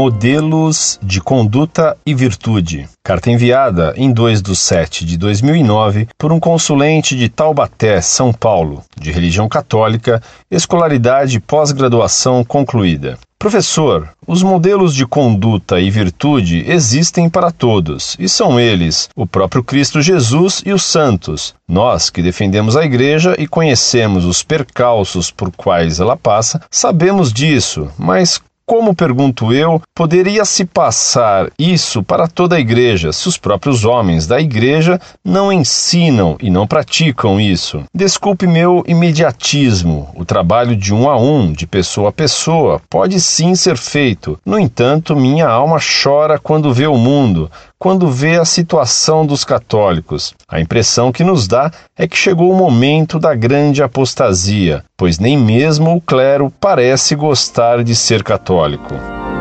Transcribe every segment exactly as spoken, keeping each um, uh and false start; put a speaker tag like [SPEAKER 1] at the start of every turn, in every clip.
[SPEAKER 1] Modelos de Conduta e Virtude. Carta enviada em dois de sete de dois mil e nove por um consulente de Taubaté, São Paulo, de religião católica, escolaridade e pós-graduação concluída. Professor, os modelos de conduta e virtude existem para todos, e são eles o próprio Cristo Jesus e os santos. Nós, que defendemos a Igreja e conhecemos os percalços por quais ela passa, sabemos disso, mas como, pergunto eu, poderia se passar isso para toda a Igreja, se os próprios homens da Igreja não ensinam e não praticam isso? Desculpe meu imediatismo. O trabalho de um a um, de pessoa a pessoa, pode sim ser feito. No entanto, minha alma chora quando vê o mundo, quando vê a situação dos católicos. A impressão que nos dá é que chegou o momento da grande apostasia, pois nem mesmo o clero parece gostar de ser católico.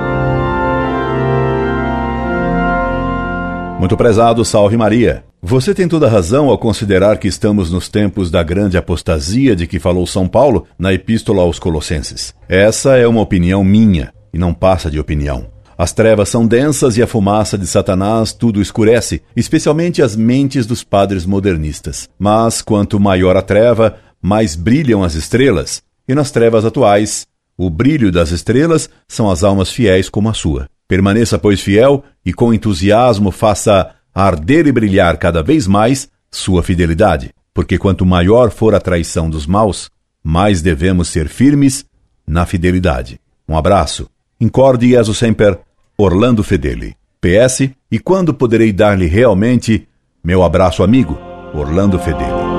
[SPEAKER 2] Muito prezado, salve Maria. Você tem toda a razão ao considerar que estamos nos tempos da grande apostasia de que falou São Paulo na Epístola aos Colossenses. Essa é uma opinião minha, e não passa de opinião. As trevas são densas e a fumaça de Satanás tudo escurece, especialmente as mentes dos padres modernistas. Mas quanto maior a treva, mais brilham as estrelas. E nas trevas atuais, o brilho das estrelas são as almas fiéis como a sua. Permaneça, pois, fiel e com entusiasmo faça arder e brilhar cada vez mais sua fidelidade. Porque quanto maior for a traição dos maus, mais devemos ser firmes na fidelidade. Um abraço. Incorde Jesus Semper, Orlando Fedeli. P S. E quando poderei dar-lhe realmente meu abraço amigo, Orlando Fedeli.